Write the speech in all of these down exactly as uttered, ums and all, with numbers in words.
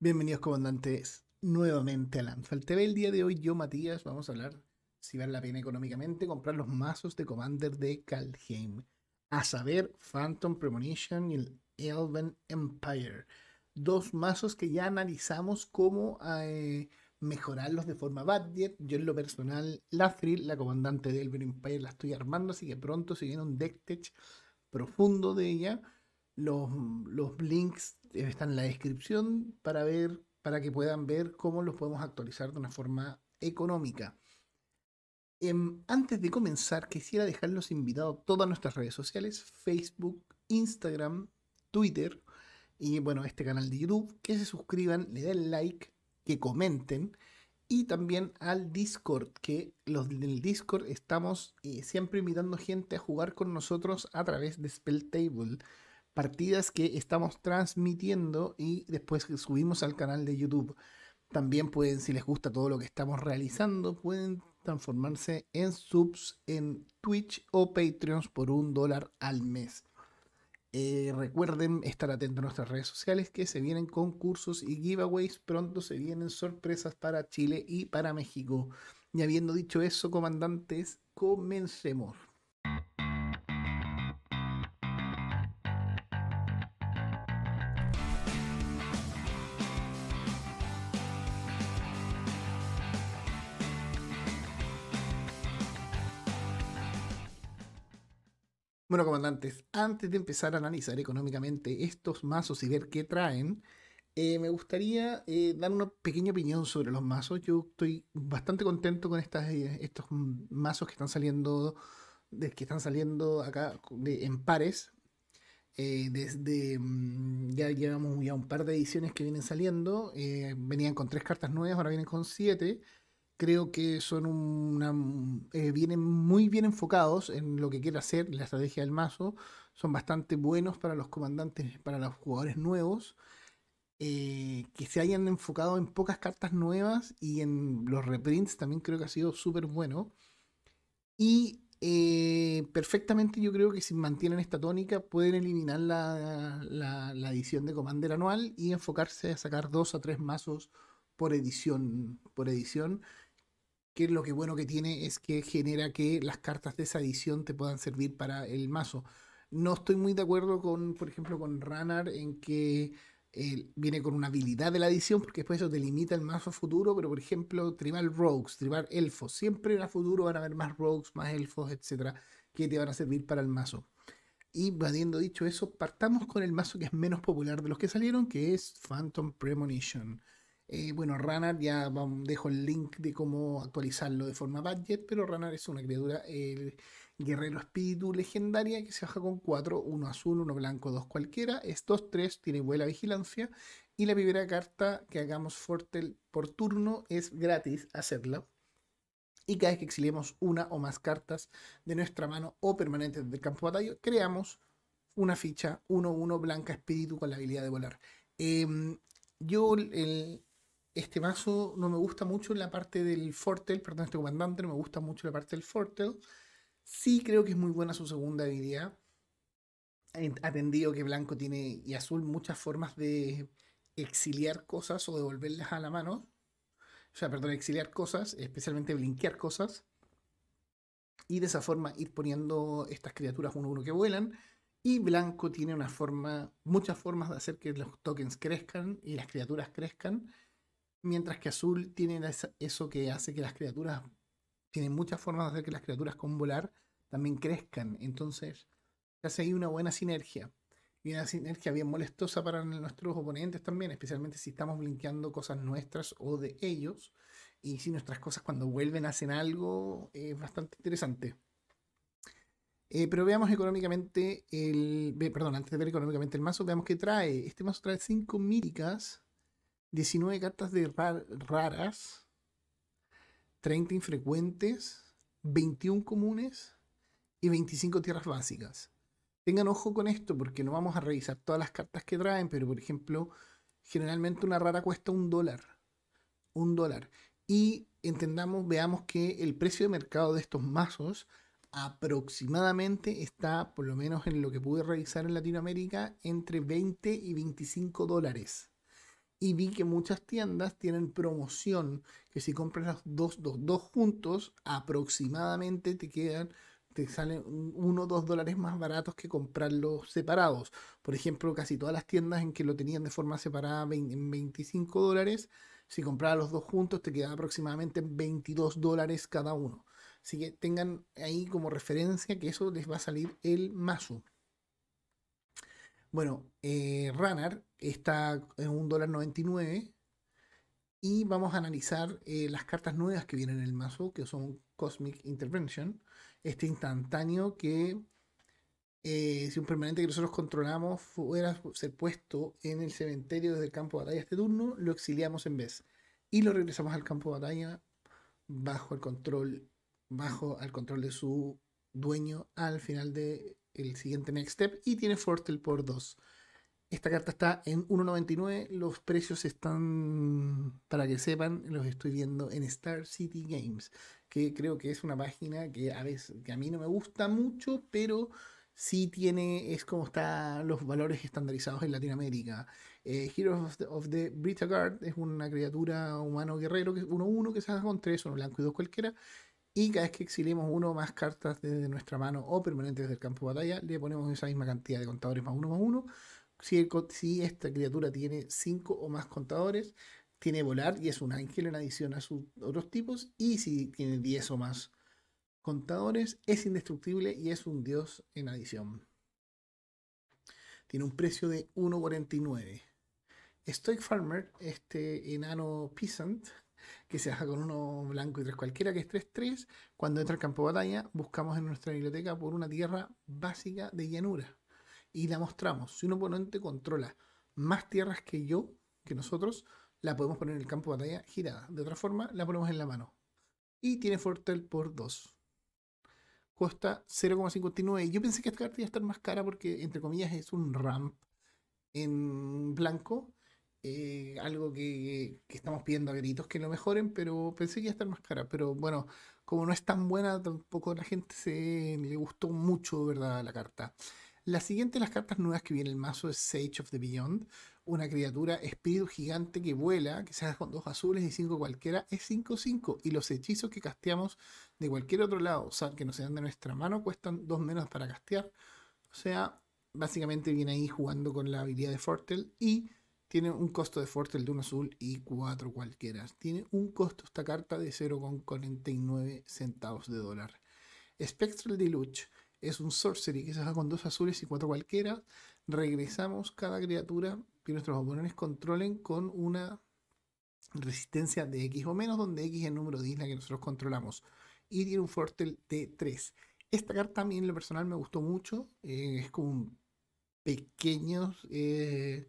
Bienvenidos comandantes nuevamente a Landfall T V. El día de hoy yo, Matías, vamos a hablar si vale la pena económicamente comprar los mazos de Commander de Kaldheim. A saber, Phantom Premonition y el Elven Empire. Dos mazos que ya analizamos cómo eh, mejorarlos de forma budget. Yo en lo personal, la Thrill, la comandante de Elven Empire, la estoy armando, así que pronto se viene un deck tech profundo de ella. Los, los links están en la descripción para ver, para que puedan ver cómo los podemos actualizar de una forma económica. Em, antes de comenzar, quisiera dejarlos invitados a todas nuestras redes sociales: Facebook, Instagram, Twitter y bueno, este canal de YouTube, que se suscriban, le den like, que comenten y también al Discord, que los del Discord estamos eh, siempre invitando gente a jugar con nosotros a través de Spell Table, partidas que estamos transmitiendo y después que subimos al canal de YouTube. También pueden, si les gusta todo lo que estamos realizando, pueden transformarse en subs en Twitch o Patreons por un dólar al mes. Eh, recuerden estar atentos a nuestras redes sociales, que se vienen concursos y giveaways. Pronto se vienen sorpresas para Chile y para México. Y habiendo dicho eso, comandantes, comencemos. Bueno, comandantes, antes de empezar a analizar económicamente estos mazos y ver qué traen, eh, me gustaría eh, dar una pequeña opinión sobre los mazos. Yo estoy bastante contento con estas, eh, estos mm, mazos que están saliendo, de, que están saliendo acá de- en pares. Eh, desde mm, ya llevamos ya un par de ediciones que vienen saliendo. Eh, venían con tres cartas nuevas, ahora vienen con siete. Creo que son una, eh, vienen muy bien enfocados en lo que quiere hacer la estrategia del mazo. Son bastante buenos para los comandantes, para los jugadores nuevos. Eh, que se hayan enfocado en pocas cartas nuevas y en los reprints también creo que ha sido súper bueno. Y eh, perfectamente yo creo que si mantienen esta tónica pueden eliminar la, la, la edición de Commander anual y enfocarse a sacar dos a tres mazos por edición, por edición, que lo que bueno que tiene es que genera que las cartas de esa edición te puedan servir para el mazo. No estoy muy de acuerdo con, por ejemplo, con Ranar en que eh, viene con una habilidad de la edición, porque después eso te limita el mazo a futuro, pero por ejemplo, Tribal Rogues, Tribal Elfos, siempre a futuro van a haber más Rogues, más Elfos, etcétera, que te van a servir para el mazo. Y habiendo dicho eso, partamos con el mazo que es menos popular de los que salieron, que es Phantom Premonition. Eh, bueno, Ranar, ya vam- dejo el link de cómo actualizarlo de forma budget, pero Ranar es una criatura, el guerrero espíritu legendaria que se baja con cuatro, uno azul, uno blanco, dos cualquiera, es dos tres, tiene vuela vigilancia, y la primera carta que hagamos Fortel por turno es gratis hacerla. Y cada vez que exiliemos una o más cartas de nuestra mano o permanentes del campo de batalla, creamos una ficha uno uno blanca espíritu con la habilidad de volar. Em, yo, el- este mazo no me gusta mucho la parte del Fortel, perdón, este comandante no me gusta mucho la parte del Fortel. Sí creo que es muy buena su segunda habilidad. He atendido que blanco tiene y azul muchas formas de exiliar cosas o devolverlas a la mano. O sea, perdón, exiliar cosas, especialmente blinkear cosas, y de esa forma ir poniendo estas criaturas uno a uno que vuelan. Y blanco tiene una forma, muchas formas de hacer que los tokens crezcan y las criaturas crezcan, mientras que azul tiene eso que hace que las criaturas, tienen muchas formas de hacer que las criaturas con volar también crezcan. Entonces, se hace ahí una buena sinergia. Y una sinergia bien molestosa para nuestros oponentes también, especialmente si estamos blinkeando cosas nuestras o de ellos. Y si nuestras cosas cuando vuelven hacen algo, es bastante interesante. Eh, pero veamos económicamente el. ve- Perdón, antes de ver económicamente el mazo, veamos qué trae. Este mazo trae cinco míticas, diecinueve cartas de rar- raras, treinta infrecuentes, veintiún comunes y veinticinco tierras básicas. Tengan ojo con esto porque no vamos a revisar todas las cartas que traen, pero por ejemplo, generalmente una rara cuesta un dólar. Un dólar. Y entendamos, veamos que el precio de mercado de estos mazos aproximadamente está, por lo menos en lo que pude revisar en Latinoamérica, entre veinte y veinticinco dólares. Y vi que muchas tiendas tienen promoción, que si compras los dos, dos, dos juntos, aproximadamente te quedan, te salen un- uno o dos dólares más baratos que comprarlos separados. Por ejemplo, casi todas las tiendas en que lo tenían de forma separada vein- en veinticinco dólares, si comprabas los dos juntos te quedaba aproximadamente veintidós dólares cada uno. Así que tengan ahí como referencia que eso les va a salir el mazo. Bueno, eh, Runner está en un dólar noventa y nueve y vamos a analizar eh, las cartas nuevas que vienen en el mazo, que son Cosmic Intervention, este instantáneo que eh, si un permanente que nosotros controlamos fuera a ser puesto en el cementerio desde el campo de batalla este turno, lo exiliamos en vez y lo regresamos al campo de batalla bajo el control, bajo al control de su dueño al final del siguiente next step y tiene Fortel por dos. Esta carta está en uno noventa y nueve. Los precios están, para que sepan, los estoy viendo en Star City Games, que creo que es una página que a veces que a mí no me gusta mucho, pero sí tiene, es como están los valores estandarizados en Latinoamérica. Eh, Heroes of the, of the Brita Guard es una criatura humano guerrero que uno uno que se haga con tres, uno blanco y dos cualquiera. Y cada vez que exiliemos uno o más cartas desde nuestra mano o permanentes desde el campo de batalla, le ponemos esa misma cantidad de contadores más uno más uno. Si, el si esta criatura tiene cinco o más contadores, tiene volar y es un ángel en adición a sus otros tipos. Y si tiene diez o más contadores, es indestructible y es un dios en adición. Tiene un precio de uno cuarenta y nueve. Stoic Farmer, este enano peasant, que se baja con uno blanco y tres cualquiera, que es tres tres. Cuando entra al campo de batalla, buscamos en nuestra biblioteca por una tierra básica de llanura y la mostramos. Si un oponente controla más tierras que yo, que nosotros, la podemos poner en el campo de batalla girada. De otra forma, la ponemos en la mano. Y tiene Fortel por dos. Cuesta cero coma cincuenta y nueve. Yo pensé que esta carta iba a estar más cara porque, entre comillas, es un ramp en blanco. Eh, algo que, que estamos pidiendo a gritos que lo mejoren, pero pensé que iba a estar más cara. Pero bueno, como no es tan buena, tampoco a la gente se le gustó mucho, ¿verdad? La carta. La siguiente de las cartas nuevas que viene el mazo es Sage of the Beyond, una criatura espíritu gigante que vuela, que se haga con dos azules y cinco cualquiera, es cinco cinco. Y los hechizos que casteamos de cualquier otro lado, o sea, que no sean de nuestra mano, cuestan dos menos para castear. O sea, básicamente viene ahí jugando con la habilidad de Fortel y tiene un costo de Fortel de un azul y cuatro cualquiera. Tiene un costo esta carta de cero coma cuarenta y nueve centavos de dólar. Spectral Deluge es un sorcery que se hace con dos azules y cuatro cualquiera. Regresamos cada criatura que nuestros oponentes controlen con una resistencia de X o menos, donde X es el número de isla que nosotros controlamos. Y tiene un Fortel de tres. Esta carta a mí en lo personal me gustó mucho. Eh, es como un pequeño, eh,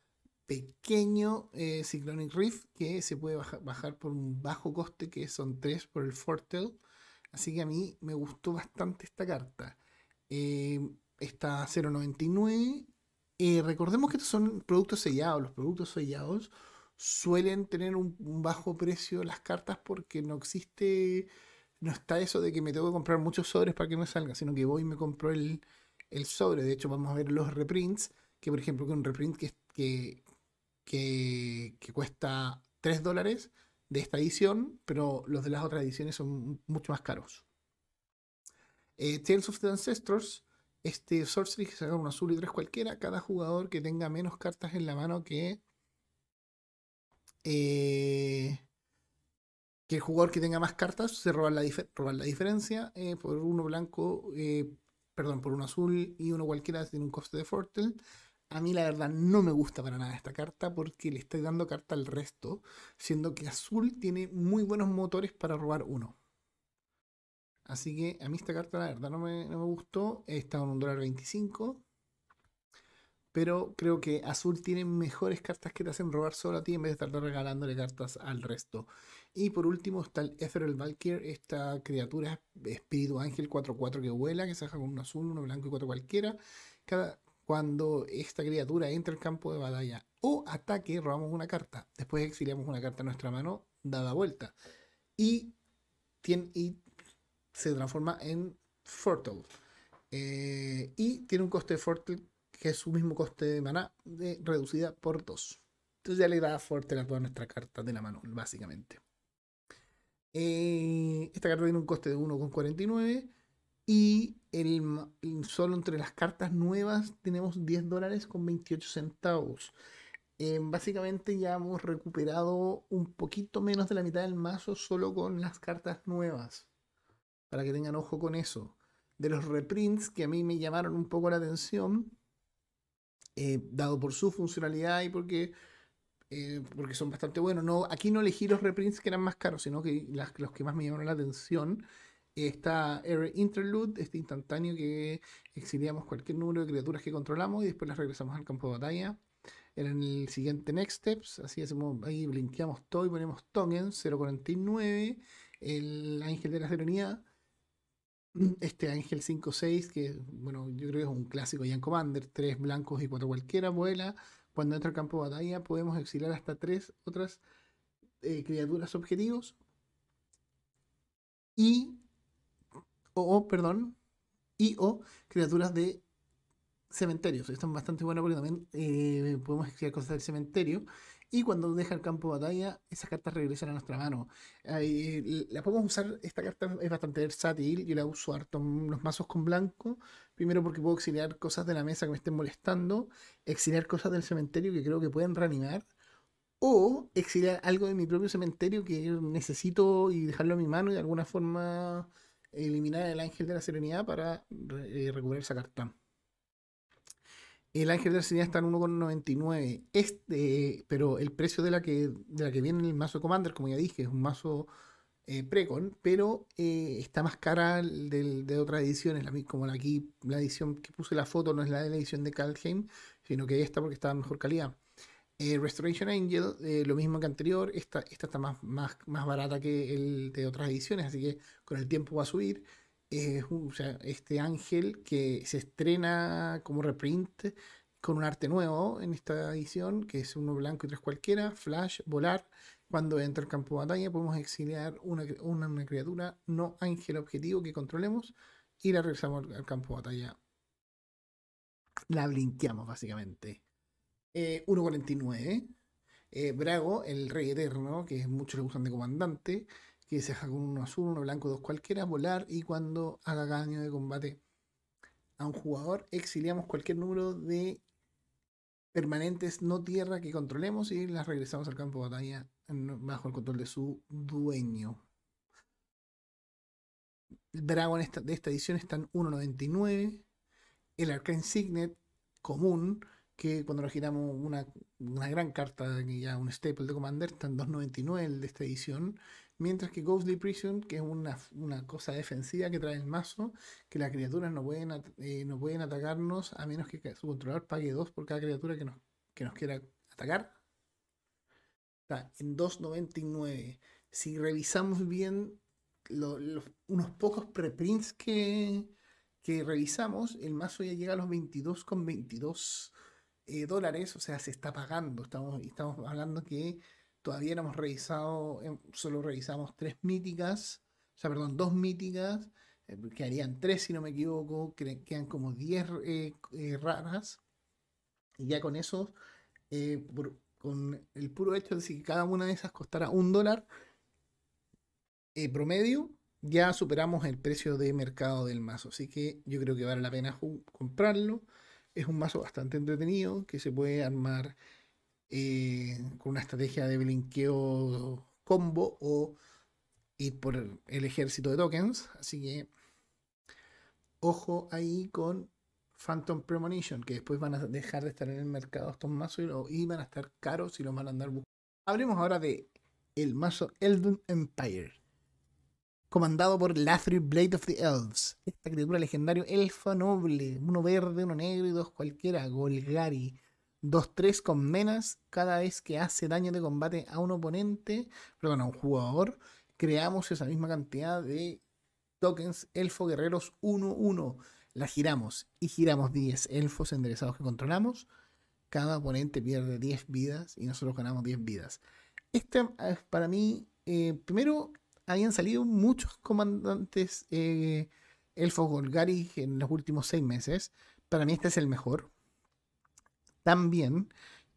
pequeño eh, Cyclonic Rift que se puede baja, bajar por un bajo coste, que son tres por el Fortel. Así que a mí me gustó bastante esta carta. Eh, está a cero coma noventa y nueve. Eh, recordemos que estos son productos sellados. Los productos sellados suelen tener un, un bajo precio las cartas porque no existe, no está eso de que me tengo que comprar muchos sobres para que me salga, sino que voy y me compro el, el sobre. De hecho, vamos a ver los reprints, que por ejemplo, que un reprint que, que, que, que cuesta tres dólares de esta edición, pero los de las otras ediciones son mucho más caros. Eh, Tales of the Ancestors, este Sorcery que saca un azul y tres cualquiera, cada jugador que tenga menos cartas en la mano que, eh, que el jugador que tenga más cartas se roba la, dif roba la diferencia eh, por uno blanco, eh, perdón, por uno azul y uno cualquiera tiene un coste de Fortel. A mí la verdad no me gusta para nada esta carta porque le estoy dando carta al resto, siendo que azul tiene muy buenos motores para robar uno. Así que a mí esta carta la verdad no me, no me gustó. Está en un dólar veinticinco. Pero creo que azul tiene mejores cartas que te hacen robar solo a ti en vez de estar regalándole cartas al resto. Y por último está el Ethereal Valkyr, esta criatura espíritu ángel cuatro cuatro que vuela, que se deja con un azul, uno blanco y cuatro cualquiera. Cada, cuando esta criatura entra al campo de batalla o ataque, robamos una carta. Después exiliamos una carta a nuestra mano, dada vuelta. Y, tiene, y se transforma en Fortle. Eh, y tiene un coste de Fortle que es su mismo coste de maná, de, reducida por dos. Entonces ya le da fuerte a todas nuestras cartas de la mano, básicamente. Eh, esta carta tiene un coste de uno con cuarenta y nueve. Y el, solo entre las cartas nuevas tenemos diez dólares con veintiocho centavos. Eh, básicamente ya hemos recuperado un poquito menos de la mitad del mazo solo con las cartas nuevas. Para que tengan ojo con eso. De los reprints que a mí me llamaron un poco la atención, eh, dado por su funcionalidad y porque, eh, porque son bastante buenos. No, aquí no elegí los reprints que eran más caros, sino que las, los que más me llamaron la atención. Está Air Interlude, este instantáneo que exiliamos cualquier número de criaturas que controlamos y después las regresamos al campo de batalla. En el siguiente Next Steps, así hacemos, ahí blinkeamos todo y ponemos tokens, cero cuarenta y nueve, el ángel de la serenidad, este ángel cinco seis, que bueno, yo creo que es un clásico ya en Commander, tres blancos y cuatro cualquiera, vuela. Cuando entra al campo de batalla podemos exiliar hasta tres otras eh, criaturas objetivos. Y, o, o, perdón, y o criaturas de cementerios. Esto es bastante bueno porque también eh, podemos exiliar cosas del cementerio. Y cuando deja el campo de batalla, esas cartas regresan a nuestra mano. Eh, la podemos usar, esta carta es bastante versátil. Yo la uso harto en los mazos con blanco. Primero porque puedo exiliar cosas de la mesa que me estén molestando. Exiliar cosas del cementerio que creo que pueden reanimar. O exiliar algo de mi propio cementerio que necesito y dejarlo en mi mano y de alguna forma eliminar el ángel de la serenidad para eh, recuperar esa carta. El ángel de la serenidad está en uno con noventa y nueve. Este, pero el precio de la que, de la que viene en el mazo Commander, como ya dije, es un mazo eh, Precon, pero eh, está más cara del, de otras ediciones. La, como la, aquí, la edición que puse la foto no es la de la edición de Kaldheim, sino que esta porque está en mejor calidad. Eh, Restoration Angel, eh, lo mismo que anterior, esta, esta está más, más, más barata que el de otras ediciones, así que con el tiempo va a subir. Eh, o sea, este ángel que se estrena como reprint con un arte nuevo en esta edición, que es uno blanco y tres cualquiera, flash, volar. Cuando entra al campo de batalla podemos exiliar una, una, una criatura no ángel objetivo que controlemos y la regresamos al, al campo de batalla. La blinkeamos básicamente. Eh, uno cuarenta y nueve. Eh, Brago, el rey eterno, que muchos le usan de comandante, que se deja con uno azul, uno blanco, dos cualquiera, volar y cuando haga daño de combate a un jugador, exiliamos cualquier número de permanentes no tierra que controlemos y las regresamos al campo de batalla en, bajo el control de su dueño. El Brago esta, de esta edición está en uno noventa y nueve. El Arcane Signet común, que cuando lo giramos una, una gran carta, ya un staple de Commander, está en dos noventa y nueve el de esta edición. Mientras que Ghostly Prison, que es una, una cosa defensiva que trae el mazo, que las criaturas no pueden, eh, no pueden atacarnos a menos que su controlador pague dos por cada criatura que nos, que nos quiera atacar. Está en dos noventa y nueve. Si revisamos bien lo, lo, unos pocos preprints que, que revisamos, el mazo ya llega a los veintidós con veintidós eh, dólares, o sea, se está pagando. Estamos, estamos hablando que todavía no hemos revisado, eh, solo revisamos tres míticas, o sea, perdón, dos míticas, eh, que harían tres si no me equivoco, que quedan como diez eh, eh, raras, y ya con eso, eh, por, con el puro hecho de que cada una de esas costara un dólar eh, promedio, ya superamos el precio de mercado del mazo. Así que yo creo que vale la pena comprarlo. Es un mazo bastante entretenido que se puede armar eh, con una estrategia de blinqueo combo o ir por el ejército de tokens. Así que ojo ahí con Phantom Premonition, que después van a dejar de estar en el mercado estos mazos y, y van a estar caros y los van a andar buscando. Hablemos ahora de el mazo Elven Empire, comandado por Lathril Blade of the Elves. Esta criatura legendario elfa noble, uno verde, uno negro y dos cualquiera, Golgari. dos tres con menas cada vez que hace daño de combate a un oponente, perdón, a un jugador, creamos esa misma cantidad de tokens elfo guerreros uno uno. La giramos y giramos diez elfos enderezados que controlamos. Cada oponente pierde diez vidas y nosotros ganamos diez vidas. Este es para mí, eh, primero, habían salido muchos comandantes eh, elfos Golgari en los últimos seis meses. Para mí este es el mejor. También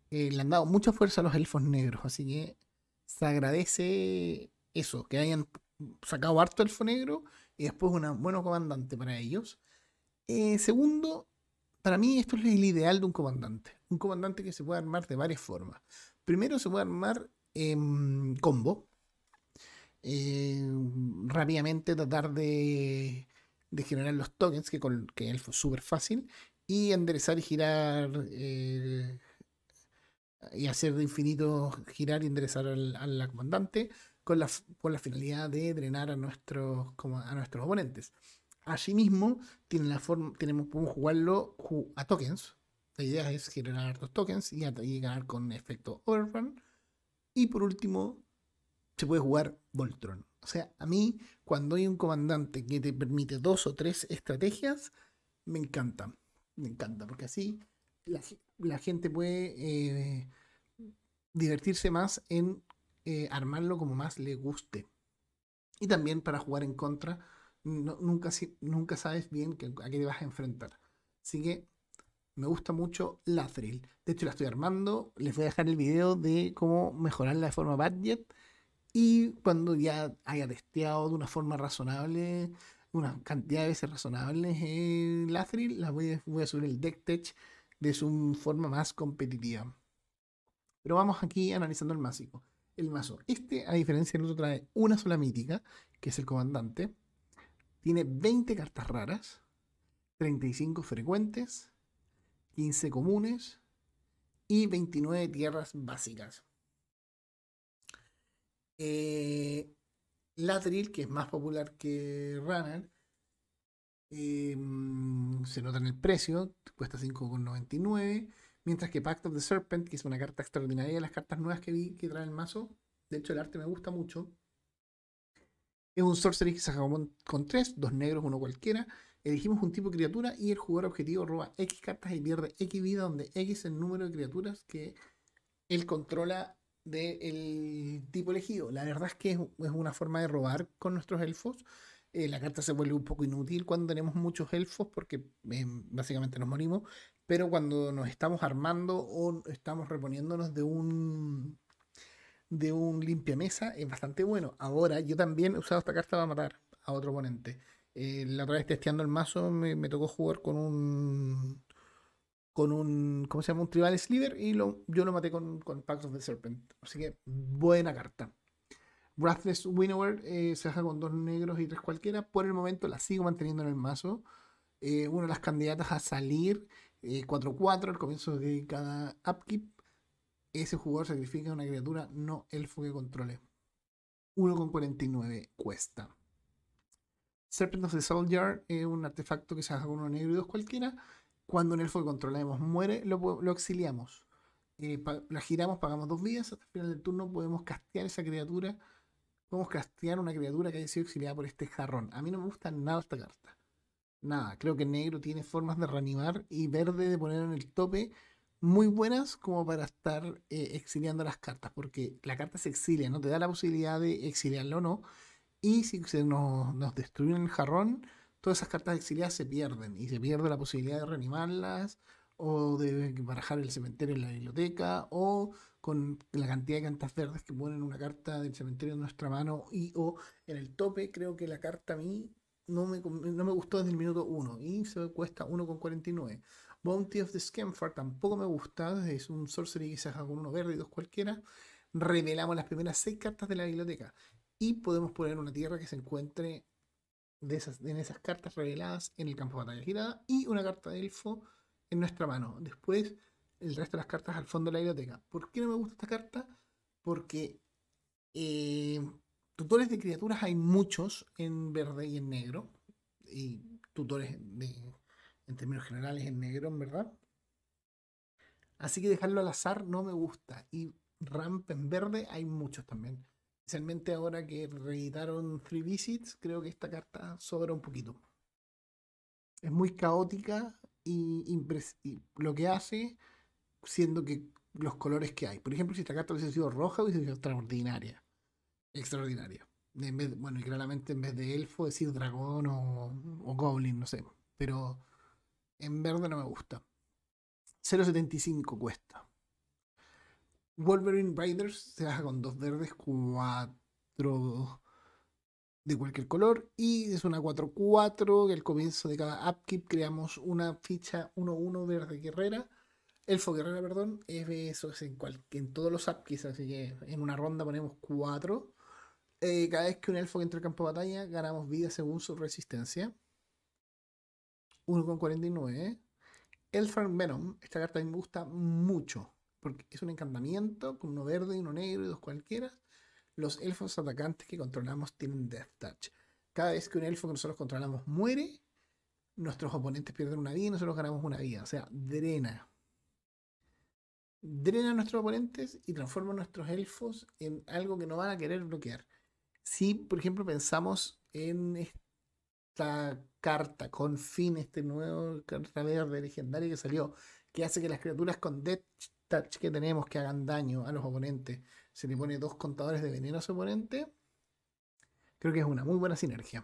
eh, le han dado mucha fuerza a los elfos negros, así que se agradece eso, que hayan sacado harto elfo negro y después un buen comandante para ellos. Eh, segundo, para mí esto es el ideal de un comandante. Un comandante que se puede armar de varias formas. Primero se puede armar en combo. Eh, rápidamente tratar de, de generar los tokens, que con que elfo es súper fácil. Y enderezar y girar eh, y hacer de infinito girar y enderezar al, a la comandante con la, con la finalidad de drenar a nuestros, como a nuestros oponentes. Asimismo, tiene la forma, tenemos, podemos jugarlo a tokens. La idea es generar hartos tokens y, y ganar con efecto Overrun. Y por último, se puede jugar Voltron. O sea, a mí, cuando hay un comandante que te permite dos o tres estrategias, me encanta. Me encanta, porque así la, la gente puede eh, divertirse más en eh, armarlo como más le guste. Y también para jugar en contra, no, nunca, nunca sabes bien que, a qué te vas a enfrentar. Así que me gusta mucho Lathril. De hecho, la estoy armando. Les voy a dejar el video de cómo mejorarla de forma budget. Y cuando ya haya testeado de una forma razonable, una cantidad de veces razonables en Lathril, la voy a, voy a subir el deck tech de su forma más competitiva. Pero vamos aquí analizando el másico. El mazo. Este, a diferencia del otro, trae una sola mítica, que es el comandante. Tiene veinte cartas raras, treinta y cinco frecuentes, quince comunes y veintinueve tierras básicas. Eh, Lathril, que es más popular que Runner, eh, se nota en el precio, cuesta cinco con noventa y nueve. Mientras que Pact of the Serpent, que es una carta extraordinaria de las cartas nuevas que vi que trae el mazo, de hecho el arte me gusta mucho. Es un sorcery que se juega con, con tres, dos negros, uno cualquiera. Elegimos un tipo de criatura y el jugador objetivo roba X cartas y pierde X vida, donde X es el número de criaturas que él controla del tipo elegido. La verdad es que es, es una forma de robar con nuestros elfos. Eh, la carta se vuelve un poco inútil cuando tenemos muchos elfos porque eh, básicamente nos morimos. Pero cuando nos estamos armando o estamos reponiéndonos de un de un limpiamesa es bastante bueno. Ahora, yo también he usado esta carta para matar a otro oponente. Eh, la otra vez testeando el mazo me, me tocó jugar con un con un, ¿cómo se llama? Un Tribal Sliver y lo, yo lo maté con, con Pact of the Serpent. Así que buena carta. Wrathless Winnower eh, se baja con dos negros y tres cualquiera. Por el momento la sigo manteniendo en el mazo. Eh, una de las candidatas a salir eh, cuatro cuatro al comienzo de cada upkeep. Ese jugador sacrifica una criatura no elfo que controle. uno con cuarenta y nueve cuesta. Serpent of the Soldier es un artefacto que se baja con uno negro y dos cualquiera. Cuando un elfo que controlemos muere, lo, lo exiliamos. Eh, la giramos, pagamos dos vidas. Hasta el final del turno podemos castear esa criatura. Podemos castear una criatura que haya sido exiliada por este jarrón. A mí no me gusta nada esta carta. Nada. Creo que negro tiene formas de reanimar y verde de poner en el tope muy buenas como para estar eh, exiliando las cartas. Porque la carta se exilia, no te da la posibilidad de exiliarla o no. Y si se nos, nos destruyen el jarrón, todas esas cartas exiliadas se pierden. Y se pierde la posibilidad de reanimarlas, o de barajar el cementerio en la biblioteca, o con la cantidad de cartas verdes que ponen una carta del cementerio en nuestra mano, y o en el tope. Creo que la carta a mí no me, no me gustó desde el minuto uno y se cuesta uno con cuarenta y nueve. Bounty of the Scamfar tampoco me gusta, es un sorcery que se haga con uno verde y dos cualquiera. Revelamos las primeras seis cartas de la biblioteca y podemos poner una tierra que se encuentre de esas, en esas cartas reveladas en el campo de batalla girada y una carta de elfo en nuestra mano. Después, el resto de las cartas al fondo de la biblioteca. ¿Por qué no me gusta esta carta? Porque eh, tutores de criaturas hay muchos en verde y en negro. Y tutores de, en términos generales en negro, en verdad. Así que dejarlo al azar no me gusta. Y ramp en verde hay muchos también. Especialmente ahora que reeditaron Three Visits, creo que esta carta sobra un poquito. Es muy caótica y, y lo que hace, siendo que los colores que hay. Por ejemplo, si esta carta hubiese sido roja, hubiese sido extraordinaria. Extraordinaria. En vez, bueno, y claramente en vez de elfo, decir dragón o, o goblin, no sé. Pero en verde no me gusta. cero coma setenta y cinco cuesta. Wolverine Riders se baja con dos verdes, cuatro de cualquier color. Y es una cuatro cuatro que al comienzo de cada upkeep creamos una ficha uno uno verde guerrera. Elfo guerrera, perdón. Eso es en, cual, en todos los upkeeps, así que en una ronda ponemos cuatro. Eh, cada vez que un elfo entra al campo de batalla, ganamos vida según su resistencia. uno con cuarenta y nueve. Elfern Venom, esta carta a mí me gusta mucho, porque es un encantamiento con uno verde y uno negro y dos cualquiera. Los elfos atacantes que controlamos tienen Death Touch. Cada vez que un elfo que nosotros controlamos muere, nuestros oponentes pierden una vida y nosotros ganamos una vida. O sea, drena. Drena a nuestros oponentes y transforma a nuestros elfos en algo que no van a querer bloquear. Si, por ejemplo, pensamos en esta carta con fin, este nuevo carta verde legendaria que salió, que hace que las criaturas con Death Touch que tenemos que hagan daño a los oponentes, se le pone dos contadores de veneno a su oponente, creo que es una muy buena sinergia.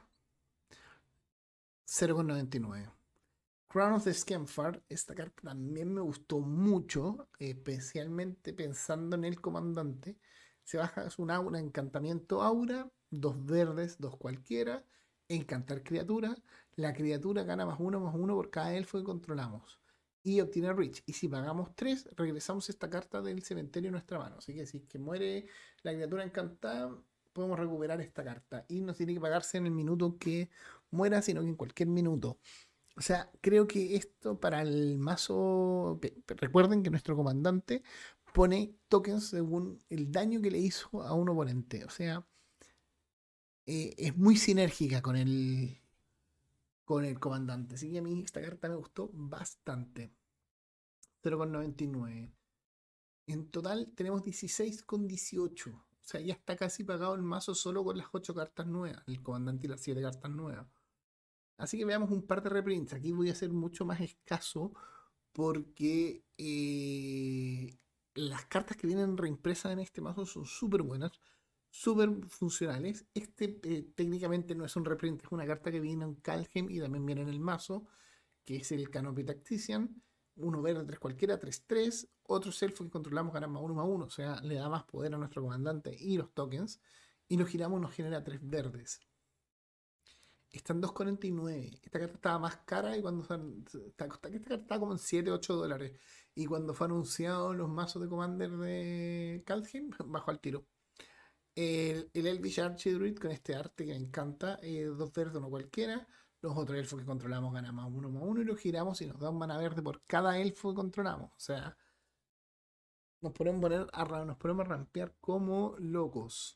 cero con noventa y nueve. Crown of the Scamfar, esta carta también me gustó mucho, especialmente pensando en el comandante. Se baja, es un aura, encantamiento aura, dos verdes, dos cualquiera, encantar criatura. La criatura gana más uno más uno por cada elfo que controlamos. Y obtiene Reach. Y si pagamos tres, regresamos esta carta del cementerio en nuestra mano. Así que si es que muere la criatura encantada, podemos recuperar esta carta. Y no tiene que pagarse en el minuto que muera, sino que en cualquier minuto. O sea, creo que esto para el mazo. Recuerden que nuestro comandante pone tokens según el daño que le hizo a un oponente. O sea, eh, es muy sinérgica con el, con el comandante. Así que a mí esta carta me gustó bastante. cero con noventa y nueve. En total tenemos dieciséis con dieciocho. O sea, ya está casi pagado el mazo solo con las ocho cartas nuevas. El comandante y las siete cartas nuevas. Así que veamos un par de reprints. Aquí voy a ser mucho más escaso porque eh, las cartas que vienen reimpresas en este mazo son súper buenas, súper funcionales. Este eh, técnicamente no es un reprint, es una carta que viene en Kaldheim y también viene en el mazo, que es el Canopy Tactician. Uno verde, tres cualquiera, tres tres. Otro elfo que controlamos gana más uno más uno, o sea, le da más poder a nuestro comandante y los tokens. Y lo giramos, nos genera tres verdes. Está en dos cuarenta y nueve. Esta carta estaba más cara y cuando fue, esta, esta carta estaba como en siete ocho dólares. Y cuando fue anunciado los mazos de Commander de Kaldheim, bajó al tiro. El, el Elvish Archidruid con este arte que me encanta, eh, dos verdes, uno cualquiera. Los otros elfos que controlamos ganan más uno más uno y los giramos y nos da un mana verde por cada elfo que controlamos. O sea, nos podemos poner a, nos podemos rampear como locos.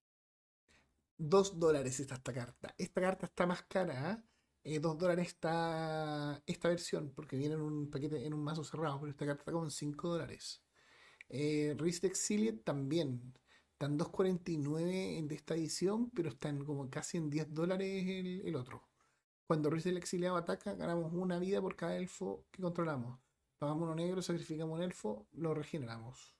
dos dólares está esta carta. Esta carta está más cara. ¿eh? dos dólares está esta versión, porque viene en un paquete, en un mazo cerrado, pero esta carta está como cinco dólares. Eh, Risk Exiliate también. Están dos cuarenta y nueve de esta edición, pero están como casi en diez dólares el, el otro. Cuando Risk el Exiliado ataca, ganamos una vida por cada elfo que controlamos. Pagamos uno negro, sacrificamos un elfo, lo regeneramos.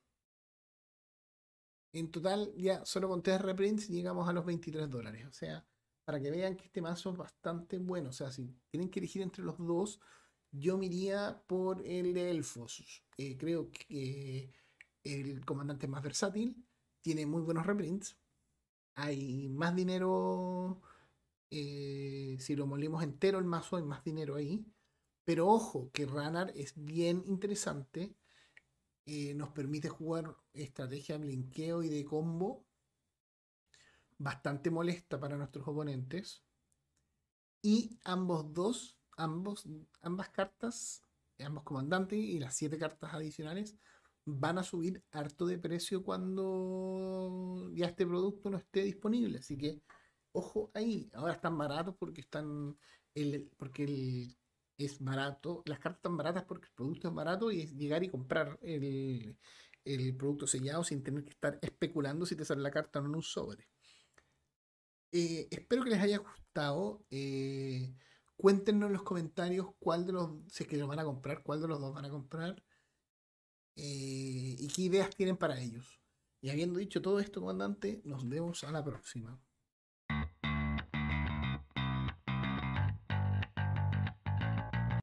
En total, ya solo con tres reprints llegamos a los veintitrés dólares. O sea, para que vean que este mazo es bastante bueno. O sea, si tienen que elegir entre los dos, yo me iría por el de Elfos. Eh, creo que el comandante es más versátil, tiene muy buenos reprints. Hay más dinero. Eh, si lo molimos entero el mazo, hay más dinero ahí. Pero ojo, que Ranar es bien interesante. Eh, nos permite jugar estrategia de blinqueo y de combo bastante molesta para nuestros oponentes. Y ambos dos, ambos, ambas cartas, ambos comandantes y las siete cartas adicionales van a subir harto de precio cuando ya este producto no esté disponible. Así que ojo ahí. Ahora están baratos porque están el, porque el, es barato. Las cartas están baratas porque el producto es barato y es llegar y comprar el, el producto sellado sin tener que estar especulando si te sale la carta o no en un sobre. Eh, espero que les haya gustado. Eh, cuéntenos en los comentarios cuál de los, si es que lo van a comprar, cuál de los dos van a comprar eh, y qué ideas tienen para ellos. Y habiendo dicho todo esto, comandante, nos vemos a la próxima.